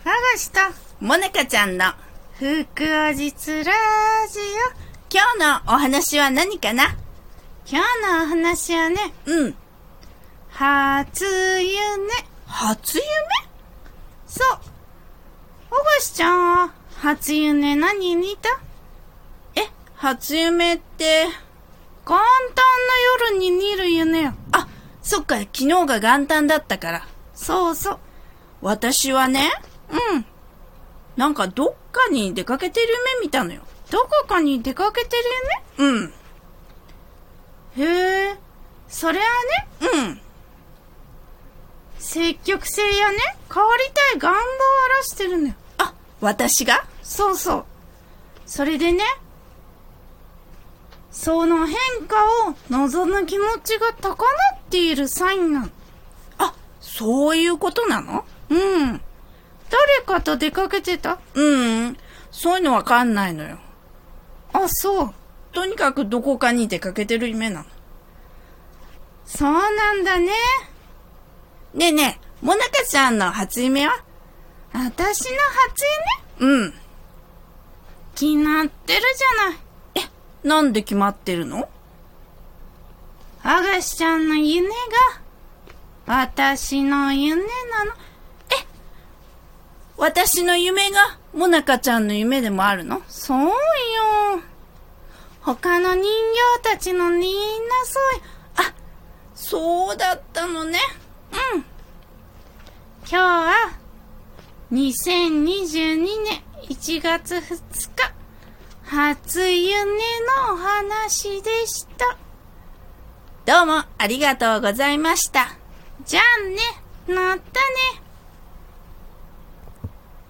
かがしたもなかちゃんの福お実ラジオ。今日のお話は何かな？ オ。今日のお話はね、初夢。 初夢？ そう。おがしちゃんは初夢何見た？ 初夢って、 元旦の夜に見る夢よ。 あ、そっか、昨日が元旦だったから。 そうそう。 私はね、なんかどっかに出かけてる夢見たのよ。 どこかに出かけてる夢？へえ、それはね、積極性やね、変わりたい願望を表してるのよ。 あ、私が？ そうそう。それでね、その変化を望む気持ちが高まっているサインなの。 あ、そういうことなの？ 誰かと出かけてた？ そういうのわかんないのよ。 あ、そう。 とにかくどこかに出かけてる夢なの。 そうなんだね。 ねえねえ、もなかちゃんの初夢は？ 私の初夢？決まってるじゃない。 なんで決まってるの？ あがしちゃんの夢が私の夢なの。 私の夢がもなかちゃんの夢でもあるの？ そうよ。他の人形たちのみんなそうよ。 あ、そうだったのね。 今日は2022年1月2日初夢のお話でした。 どうもありがとうございました。 じゃあね、またね。